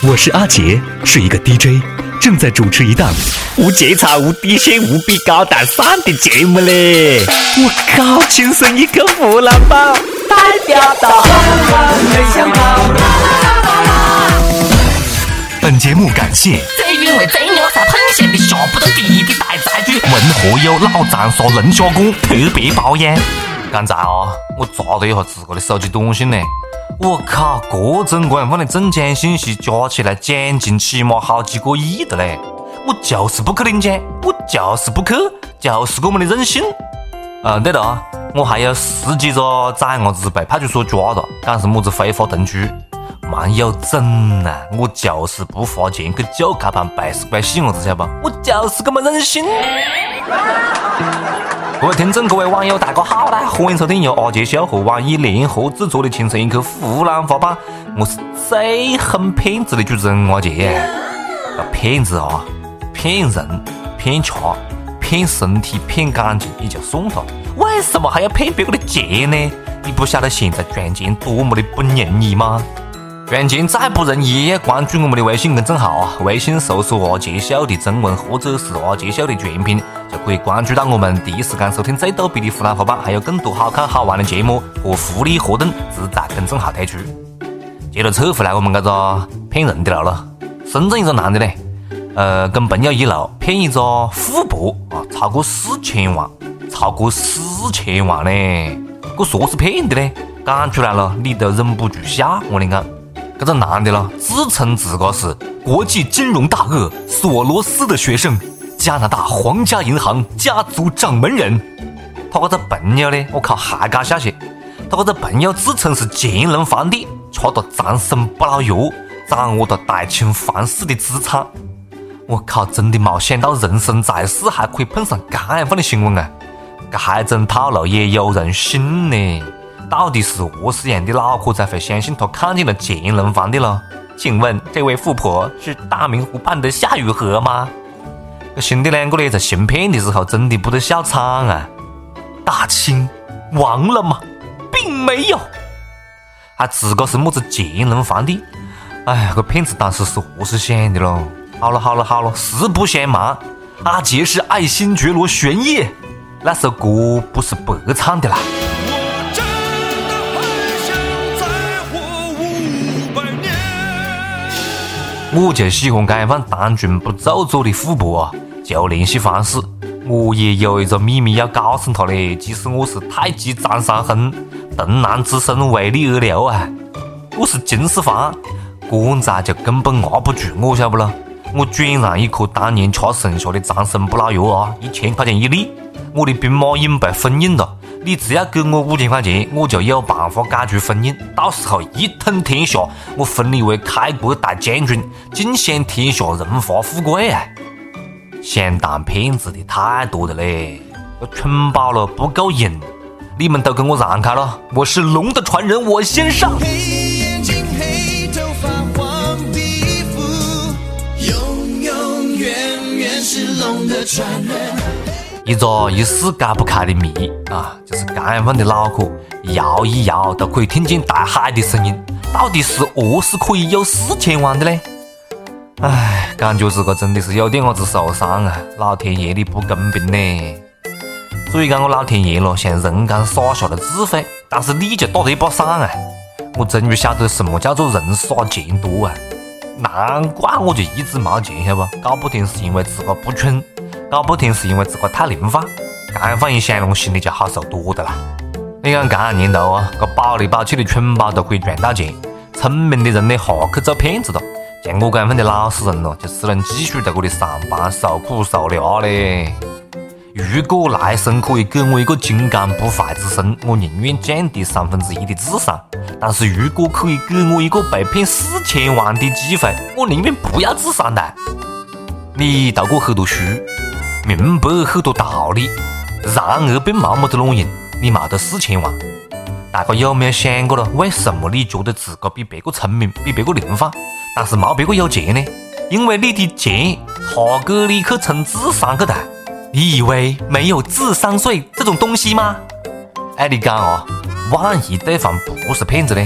我是阿杰，是一个 DJ， 正在主持一档无节操、无底线、无比高大上的节目嘞！我靠，亲生一个湖南宝，代表到很想跑。 本节目感谢最因为最牛才碰线的下不得地的大财主文和友老长沙龙虾锅特别包烟。刚才我查了一下自个的手机短信呢，我靠，各种各样的中奖信息加起来奖金起码好几个亿的嘞！我就是不去领奖，我就是不去，就是这么的任性。对了，我还有10几个崽伢子被派出所抓了，讲是么子非法同居。蛮有整啊！我就是不花钱去酒咖盘背死乖细伢子，晓得不？我就是这么任性。各位听众、各位网友，大家好啦！欢迎收听由阿杰秀和网易联合制作的《亲生一口湖南话版》，我是最恨骗子的主持人阿杰。骗子骗人、骗钱、骗身体、骗感情也就算了，为什么还要骗别个的钱呢？你不晓得现在赚钱多么的不容易吗？赚钱再不容易，也要关注我们的微信公众号微信搜索阿杰秀的中文或者是阿杰秀的全拼，就可以关注到我们，第一时间收听最逗逼的湖南话版，还有更多好看好玩的节目和福利活动只在公众号推出。接着扯回来我们这个骗人的路了。深圳一个男的呢，跟朋友一路骗一个富婆超过4000万呢，这说是骗的呢，讲出来了你都忍不住笑。我跟你讲，这个男的了，自称自个是国际金融大鳄索罗斯的学生，加拿大皇家银行家族掌门人。他这个朋友呢，我靠还搞笑些，他这个朋友自称是乾隆皇帝，吃了长生不老药，掌握了大清皇室的资产。我靠，真的没想到人生在世还可以碰上这样的新闻啊！这种套路也有人信呢？到底是何是样的脑壳才会相信他看见了乾隆皇帝了？请问这位富婆是大明湖畔的夏雨荷吗？兄弟两个呢在行骗的时候真的不得笑惨啊！大清亡了吗？并没有，还自个是么子乾隆皇帝？哎，这骗子当时是何是想的咯？好了，实不相瞒，阿杰是爱新觉罗玄烨，那首歌不是白唱的啦。我就喜欢这样单纯不做作的富婆就联系方式。我也有一个秘密要告诉他嘞，其实我是太极张三丰，童男之身为你而流啊！我是金丝房，刚才就根本压不住我，晓不咯？我转让一颗当年吃剩下的长生不老药1000块钱一粒，我的兵马俑被封印了。你只要给我5000块钱，我就有办法解除封印，到时候一统天下，我封你为开国大将军，尽享天下荣华富贵啊！想当骗子的太多的嘞，我蠢饱了不够用，你们都跟我让开了，我是龙的传人，我先上。 黑眼睛黑头发黄皮肤，永远是龙的传人。 一个一世解不开的谜就是这样的脑壳摇一摇都可以听见大海的声音，到底是何是可以有4000万的呢？感觉这个真的是有点子受伤啊！老天爷你不公平呢！所以讲我老天爷了，向人间洒下了智慧，但是你就打了一把伞啊！我终于晓得什么叫做人傻钱多啊！难怪我就一直没钱，晓得不？搞不定是因为自个不蠢，搞不定是因为自个太灵化，这样一想我心里就好受多的啦。你看这年头这宝里宝气的蠢宝都可以赚到钱，聪明的人呢下去做骗子了。像我这样的老实人就只能继续在这里上班受苦受累嘞。如果来生可以给我一个金刚不坏之身，我宁愿降低1/3的智商；但是如果可以给我一个被骗4000万的机会，我宁愿不要智商的。你读过很多书，明白很多道理，然而并没么子卵用，你没得4000万。大家有没有想过了，为什么你觉得自个比别个聪明，比别个灵化，但是没别个有钱呢？因为你的钱他给你去充智商去的。你以为没有智商税这种东西吗？你讲万一对方不是骗子呢？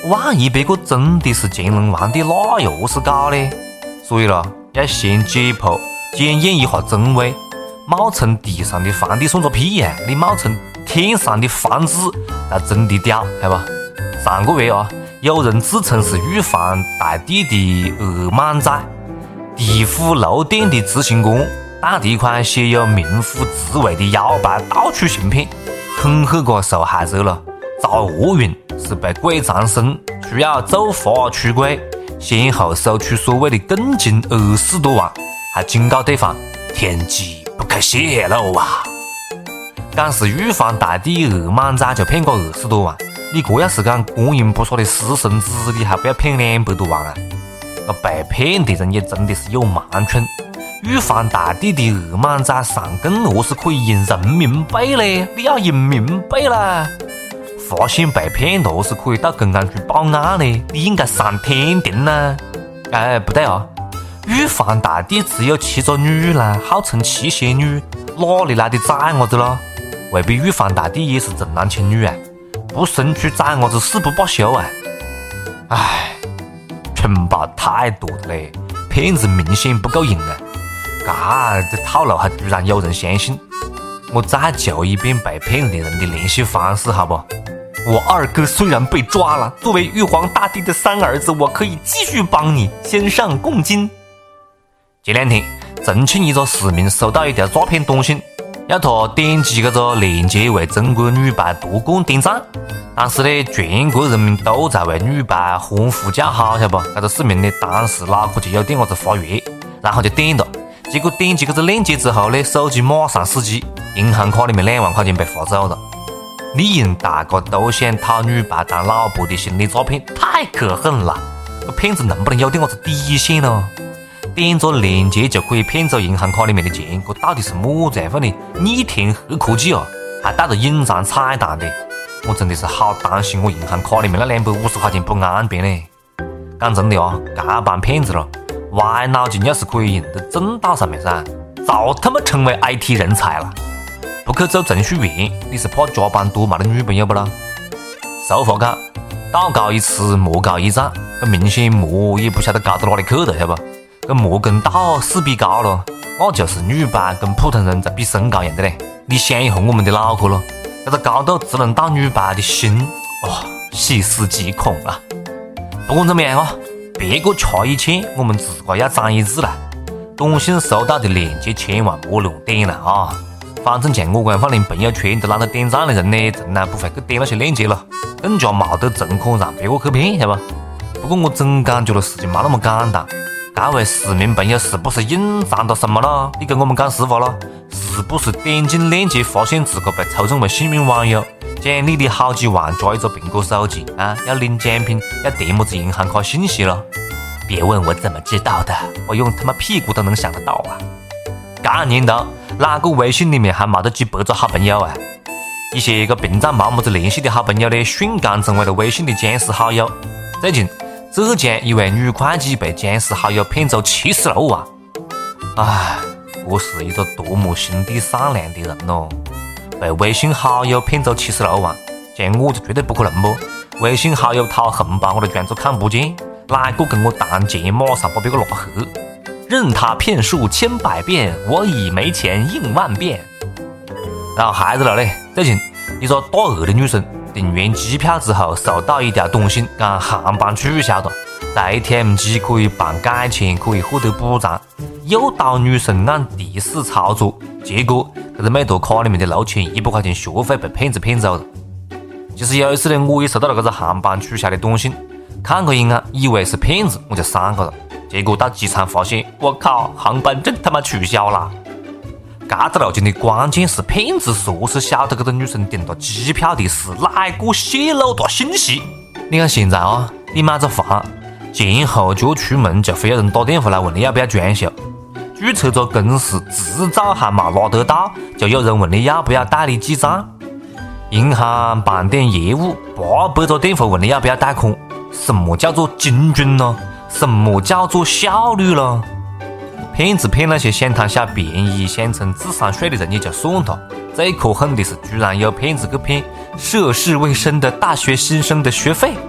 万一别个真的是钱能忘的，那又是搞呢？所以了，要先解剖检验一下真伪，冒充地上的皇帝算个屁呀！你冒充天上的皇子才真的屌，对吧？上个月啊，有人自称是玉皇大帝的二莽仔，地府漏电的执行官带着一款写有名副自为的妖牌到处行骗，恐吓个受害者了，遭厄运是被鬼缠身，需要走法出柜，先后收取所谓的共计24多万，还警告对方天机不可泄露啊！讲是玉皇大帝二莽仔就骗个20多万，你这要是讲观音菩萨的私生子，你还不要骗200多万啊？被骗的人也真的是有蛮蠢。玉皇大帝的二莽仔上供何是可以用人民币呢？你要用冥币啦！发现被骗的何是可以到公安局报案呢？你应该上天庭啦！哎，不对啊，玉皇大帝只有7个女啦，号称7仙女，哪里来的崽伢子咯？未必玉皇大帝也是重男轻女啊？不生出崽伢子誓不罢休啊！唉，蠢宝太多了嘞，骗子明显不够用啊！这套路还居然有人相信。我再求一遍被骗的人的联系方式好不？我二哥虽然被抓了，作为玉皇大帝的三儿子，我可以继续帮你，先上贡金。前2天，重庆一个市民收到一条诈骗短信，要他点击这个链接为中国女排夺冠点赞，但是呢，全国人民都在为女排欢呼叫好，晓得不？这个市民呢，当时脑壳就有点发热，然后就点了，结果点击这个链接之后呢，手机马上死机，银行卡里面2万块钱被划走了。利用大家都想讨女排当老婆的心理诈骗，太可恨了！这骗子能不能有点底线呢？点着链接就可以骗走银行卡里面的钱，这到底是么子样份的逆天黑科技啊？还带着隐藏彩蛋的，我真的是好担心我银行卡里面那250块钱不安便呢。讲真的啊，这帮骗子了，歪脑筋要是可以用在正道上面噻，早他妈成为 IT 人才了。不去做程序员，你是怕加班多没得女朋友不啦？俗话讲，道高一尺，魔高一丈，这明显魔也不晓得高到哪里去了，晓得不？这魔跟道势必高了，那就是女排跟普通人在比身高样的嘞。你想一下我们的脑壳咯，这个高度只能到女排的心，细思极恐啊！不管怎么样啊，别个吃一堑，我们自个要长一智啦。短信收到的链接千万莫乱点了啊！反正像我这样放连朋友圈都懒得点赞的人呢，从来不会去点那些链接了，更加没得存可让别个去骗，晓得吧？不过我总感觉了事情没那么简单，这位市民朋友是不是隐藏到什么了？你跟我们讲实话了，是不是点进链接发现自个被抽中为幸运网友，奖励你好几万加一个苹果手机啊？要领奖品，要填么子银行卡信息了？别问我怎么知道的，我用他妈屁股都能想得到啊！这年头，哪个微信里面还没得几百个好朋友啊？一些个平常没么子联系的好朋友呢，瞬间成为了微信的僵尸好友。最近，浙江一位女会计被僵尸好友骗走76万。唉，我是一个多么心地善良的人哦！被微信好友骗走76万，像我就绝对不可能不。微信好友讨红包，我都装作看不见。哪个跟我谈钱，马上把别个拉黑。任他骗术千百遍，我已没钱应万遍。然后孩子了嘞，最近一个大二的女生订完机票之后，收到一条短信，讲航班取消了，在 ATM 机可以办改签，可以获得补偿。诱导女生按提示操作，结果这个美图卡里面的6100块钱学费被骗子骗走了。其实有一次呢，我也收到了这个航班取消的短信，看过一眼，以为是骗子，我就删过了。结果到机场发现，我靠，航班真他妈取消了！这个路径的关键是骗子说是晓得这个女生订了机票的事，哪个泄露的信息？你看现在啊，你买个房，前后脚出门就会有人打电话来问你要不要装修，注册个公司执照还没拿得到，就有人问你要不要代理记账，银行办点业务，800个电话问你要不要贷款，什么叫做精准呢？什么叫做效率了？骗子骗那些想贪小便宜、想充智商税的人也就算了，最可恨的是，居然有骗子去骗涉世未深的大学新生的学费，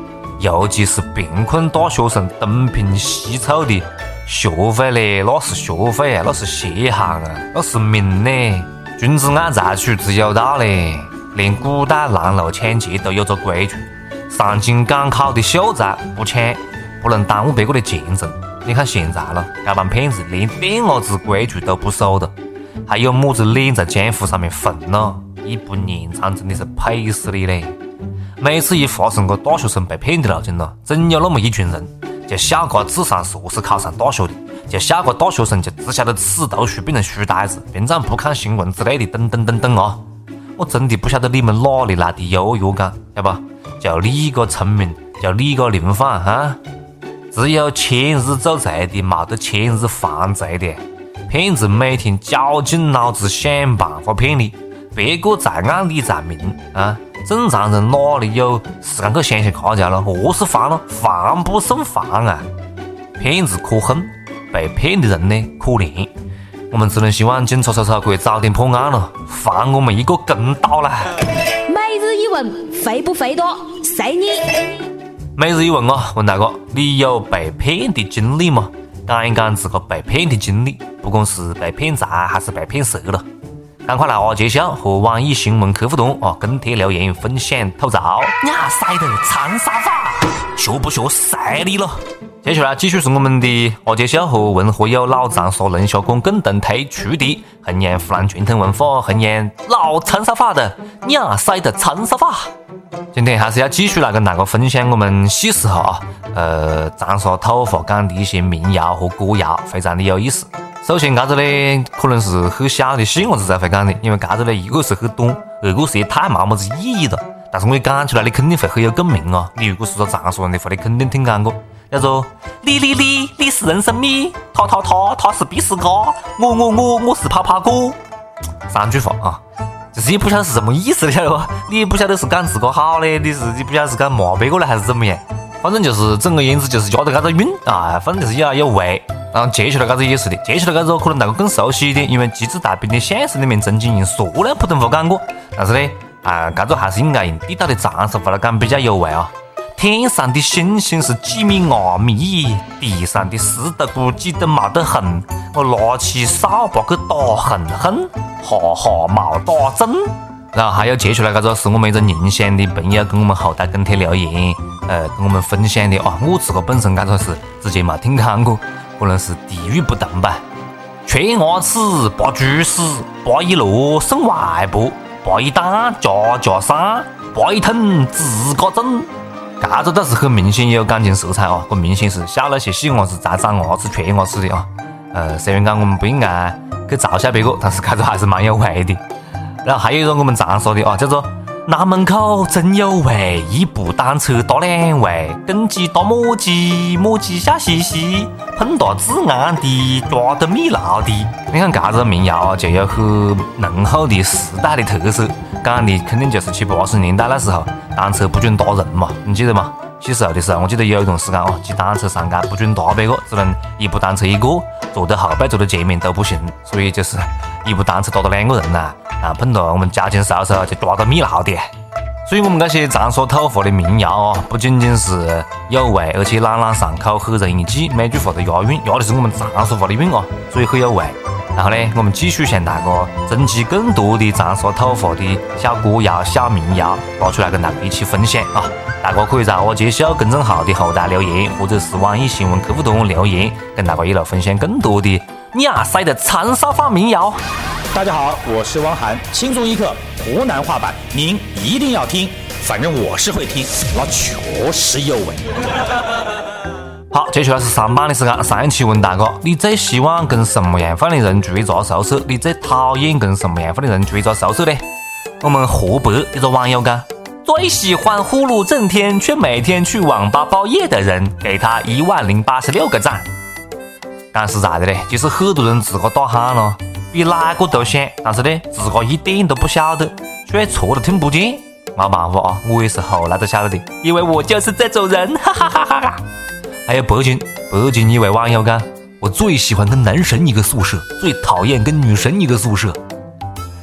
尤其是贫困大学生东拼西凑的学费嘞，那是学费啊，那是血汗啊，那是命呢。君子爱财，取之有道嘞。连古代南楼抢劫都有个规矩，上京赶考的秀才不抢，不能耽误别个的前程。你看现在了，这帮骗子连点子规矩都不守的，还有么子脸在江湖上面混了，一不念苍真的是配死你嘞！每次一发生个大学生被骗的路径了，总有那么一群人就笑个智商说是考上大学的，就笑个大学生就只晓得死读书变成书呆子，平常不看新闻之类的，等等等等啊！我真的不晓得你们哪里来的优越感，晓得不？就你个聪明，就你个灵反啊！只有千日走贼的，没得千日犯罪的。骗子每天绞尽脑汁想办法骗你，别个在暗你在明啊！正常人哪里有时间去想卡家了？何是烦了？烦不胜烦啊！骗子可恨，被骗的人呢可怜。我们只能希望警察叔叔可以早点破案了，还我们一个公道啦！ 每日一问，肥不肥多？随你。 每日一问啊，问大哥，你有被骗的经历吗？讲一讲自个被骗的经历，不管是被骗财还是被骗色了，赶快来阿杰笑和网易新闻客户端啊跟帖留言分享吐槽。 亚塞的长沙话， 学不学晒你了？接下来继续是我们的阿杰笑和文和友老长沙龙虾馆共同推出的弘扬湖南传统文化、弘扬老长沙话的亚塞的长沙话。今天还是要继续来跟大家分享我们细时候长沙土话讲的一些民谣和歌谣，非常的有意思。首先这个呢可能是很小的细伢子才会讲的，因为这个呢一个是很短，二个是也太没么子意义了。但是我一讲出来你肯定会很有共鸣啊！你如果是个长沙人的话，你肯定听讲过，叫做你是人参米，他是必死哥，我是泡泡哥。三句话啊，就是也不晓得是什么意思的，晓得不？你也不晓得是讲自个好嘞，你不晓得是讲骂别个了还是怎么样？反正就是整个言之就是押的这个韵啊，反正就是有味。然后接下来这个也是的，接下来这个可能大家更熟悉一点，因为机智大兵的相声里面曾经用塑料普通话讲过，但是呢这个还是应该用地道的长沙话来讲比较有味啊。天上的星星是几米2米，地上的石头估计都没得痕，我拿起扫把去打哼哼，哈哈冇打针。然后还有接下来这个是我们一个宁乡的朋友跟我们后台跟帖留言，跟我们分享的啊，我自个本身这个是之前没听讲过，可能是地域不同吧。缺牙齿拔猪屎，拔一箩送外婆，拔一担家sản，拔一桶自个挣。这个倒是很明显有感情色彩啊，很明显是笑那些细伢子才长牙齿缺牙齿的啊。虽然讲我们不应该去嘲笑别个，但是这个还是蛮有味的。然后还有一个我们长沙的啊，叫做南门口真有味，一部单车打2位，公鸡打母鸡，母鸡笑嘻嘻，碰到自然的，抓到米老的。你看这个民谣啊，就有很浓厚的时代的特色，讲的肯定就是70、80年代那时候，单车不准打人嘛，你记得吗？小时候的时候，我记得有一段时间哦，骑单车上街不准打别个，只能一部单车一个，坐在后背坐在前面都不行，所以就是一部单车打到2个人呐，碰到我们家禽叔叔就抓到米老的。所以我们这些长沙土话的民谣啊，不仅仅是有味，而且朗朗上口，很容易记，每句话都押韵，押的是我们长沙话的韵啊，所以很有味。然后呢，我们继续向大家征集更多的长沙土话的小歌谣、小民谣，拿出来跟大家一起分享啊！大家可以在阿杰秀公众号的后台留言，或者是网易新闻客户端留言，跟大家一路分享更多的亚塞的长沙话民谣。 大家好，我是汪涵，轻松一刻湖南话版，您一定要听，反正我是会听，那确实有味。 好，接下来是上班的时间。上一期问大家，你最希望跟什么样范的人住一个宿舍？你最讨厌跟什么样范的人住一个宿舍呢？我们河北一个网友讲，最喜欢呼噜震天却每天去网吧包夜的人，给他10,086个赞。讲实在的嘞，其实很多人自个大汉了，比哪个都想，但是呢，自个一点都不晓得，却错都听不见。没办法啊，我也是后来才晓得的，因为我就是这种人，哈哈哈哈哈。还有北京一位网友讲，我最喜欢跟男神一个宿舍，最讨厌跟女神一个宿舍。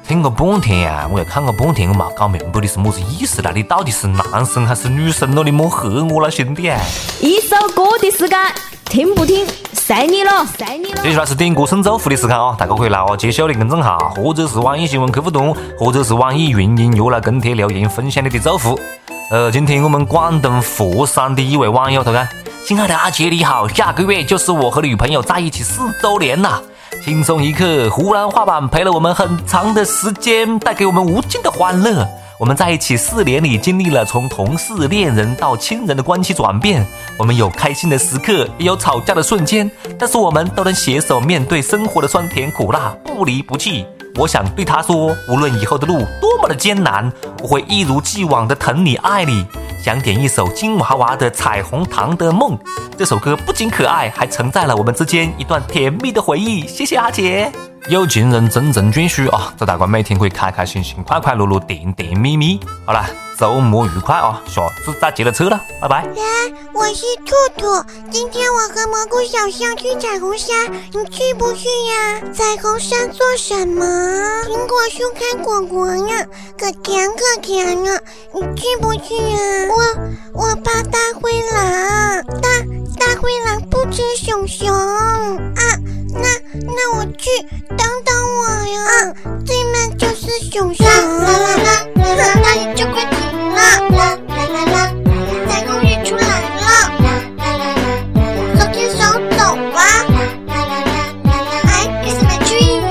听个半天呀，我又看个半天，我没搞明白你是么子意思啦？你到底是男生还是女生咯？你莫吓我了，兄弟！ 一首歌的时间，听不听随你了，随你了。 接下来是点歌送祝福的时间啊！大家可以来我揭晓的公众号，或者是网易新闻客户端，或者是网易云音乐来跟帖留言分享你的祝福。今天我们广东佛山的一位网友他讲：亲爱的阿杰你好，下个月就是我和女朋友在一起4周年了。轻松一刻，湖南话版陪了我们很长的时间，带给我们无尽的欢乐。我们在一起4年里，经历了从同事、恋人到亲人的关系转变。我们有开心的时刻，也有吵架的瞬间，但是我们都能携手面对生活的酸甜苦辣，不离不弃。我想对他说，无论以后的路多么的艰难，我会一如既往的疼你爱你。想点一首金娃娃的《彩虹糖的梦》，这首歌不仅可爱，还承载了我们之间一段甜蜜的回忆。谢谢阿姐。有情人终成眷属啊！祝大家每天可以开开心心、快快乐乐、甜甜蜜蜜。好了，周末愉快啊！下次再接着扯了，拜拜。 我是兔兔，今天我和蘑菇小象去彩虹山，你去不去呀？彩虹山做什么？苹果树开果果呢，可甜可甜呢，你去不去呀？我怕大灰狼，大灰狼不吃熊熊啊，那我去，等等我呀！对面就是熊熊，那你就快停了，彩虹日出来了，手牵手走吧，I kiss my dream，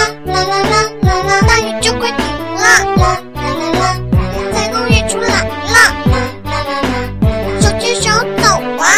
那你就快停了，彩虹日出来了，手牵手走吧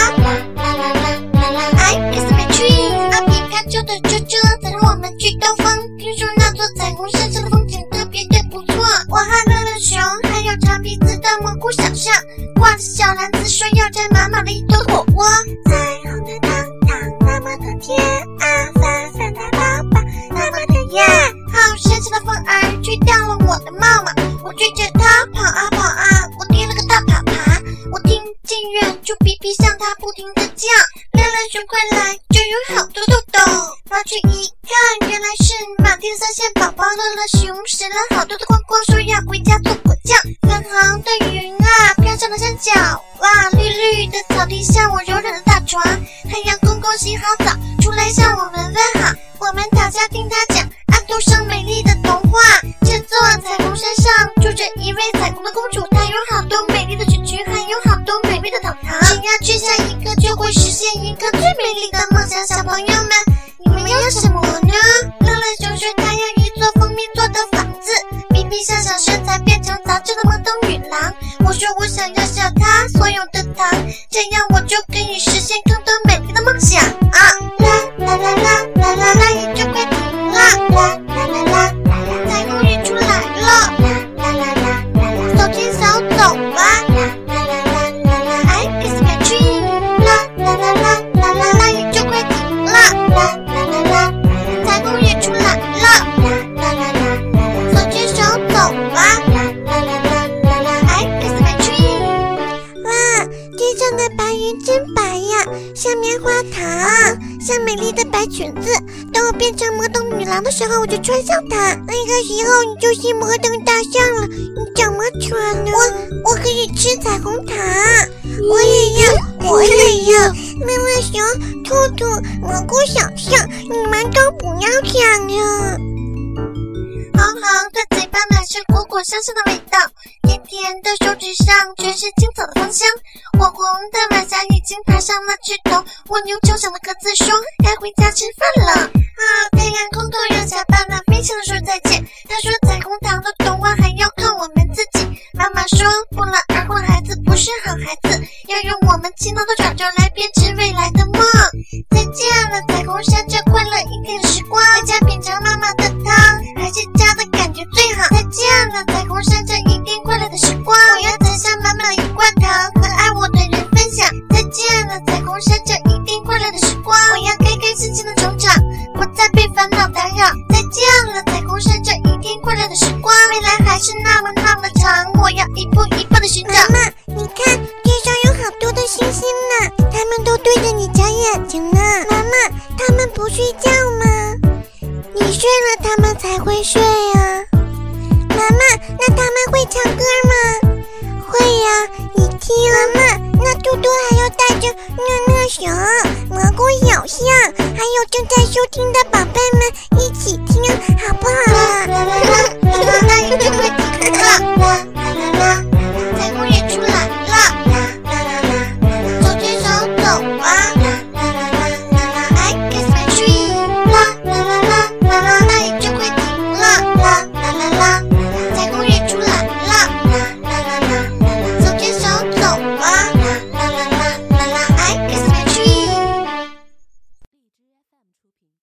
，I kiss my dream， 啊皮卡丘的车车载着我们去兜风，听说那座彩虹山上的风景特别的不错，我和乐乐熊还有长鼻子的蘑菇小象，挂着小篮子说要摘满满的一堆火锅，彩虹的糖糖那么的甜啊，闪闪的宝宝那么的艳，好神奇的风儿吹掉了我的帽嘛，我追着它跑啊跑啊，我贴了个大跑爬，我听见远处皮皮向它不停的叫，乐乐熊快来，就有好多豆豆，跑去一看，原来是满天三线宝宝，乐乐熊拾了好多的光光，说要回家做果酱，粉红的云啊飘上了山脚，哇，绿绿的草地像我柔软的大床，太阳公公洗好澡出来向我们问好，我们躺下听他讲安徒生美丽的童话，这座彩虹山上住着一位彩虹的公主，她有好多美丽的裙裙，还有好多美丽的糖糖，只要吃下一个就会实现一个最美丽的梦想，小朋友们你们要什么呢？乐乐熊说他要一座蜂蜜做的房子，皮皮想想身材变成杂志的萌动女郎，我说我想要像她所有的糖，这样我就可以实现更多美丽的梦想啊！那你就快停了，彩虹日出来了，手牵手走吧，I kiss my dream， 那你就快停了，彩虹日出来了，手牵手走吧，I kiss my dream。 哇，天上的白云真白呀，像棉花糖，像美丽的白裙子。等我变成魔动女郎的时候，我就穿上它。那个时候你就是魔动大象了，你怎么穿呢？我可以吃彩虹糖，我也要。乐乐熊、兔兔、蘑菇小象，你们都不要抢了。红红的嘴巴满是果果香香的味道，甜甜的手指上全是青草的芳香，火红的晚霞已经爬上了枝头，蜗牛球响的鸽子说该回家吃饭了。啊，太阳公突然下班了，飞向说再见，他说彩虹糖的童话还要靠我们自己，妈妈说不劳而获孩子不是好孩子，要用我们勤劳的爪爪来编织未来的梦。再见了彩虹山这快乐一天的时光，在家品尝妈妈的汤，还是家的感觉最好。再见了彩虹山这一天快乐的时光，我要摘下满满的一罐糖和爱我的人分享。再见了彩虹山这一天快乐的时光，我要开开心心的成长，不再被烦恼打扰。再见了彩虹山这一天快乐的时光，未来还是那么长，我要一步一步的寻找。妈妈，你看天上有好多的星星呢，它们都对着你眨眼睛呢。妈妈，它们不睡觉吗？你睡了它们才会睡啊。 妈妈，那他们会唱歌吗？会呀，你听。妈妈，那嘟嘟还要带着那熊、蘑菇小象，还有正在收听的宝贝们一起听，好不好啊？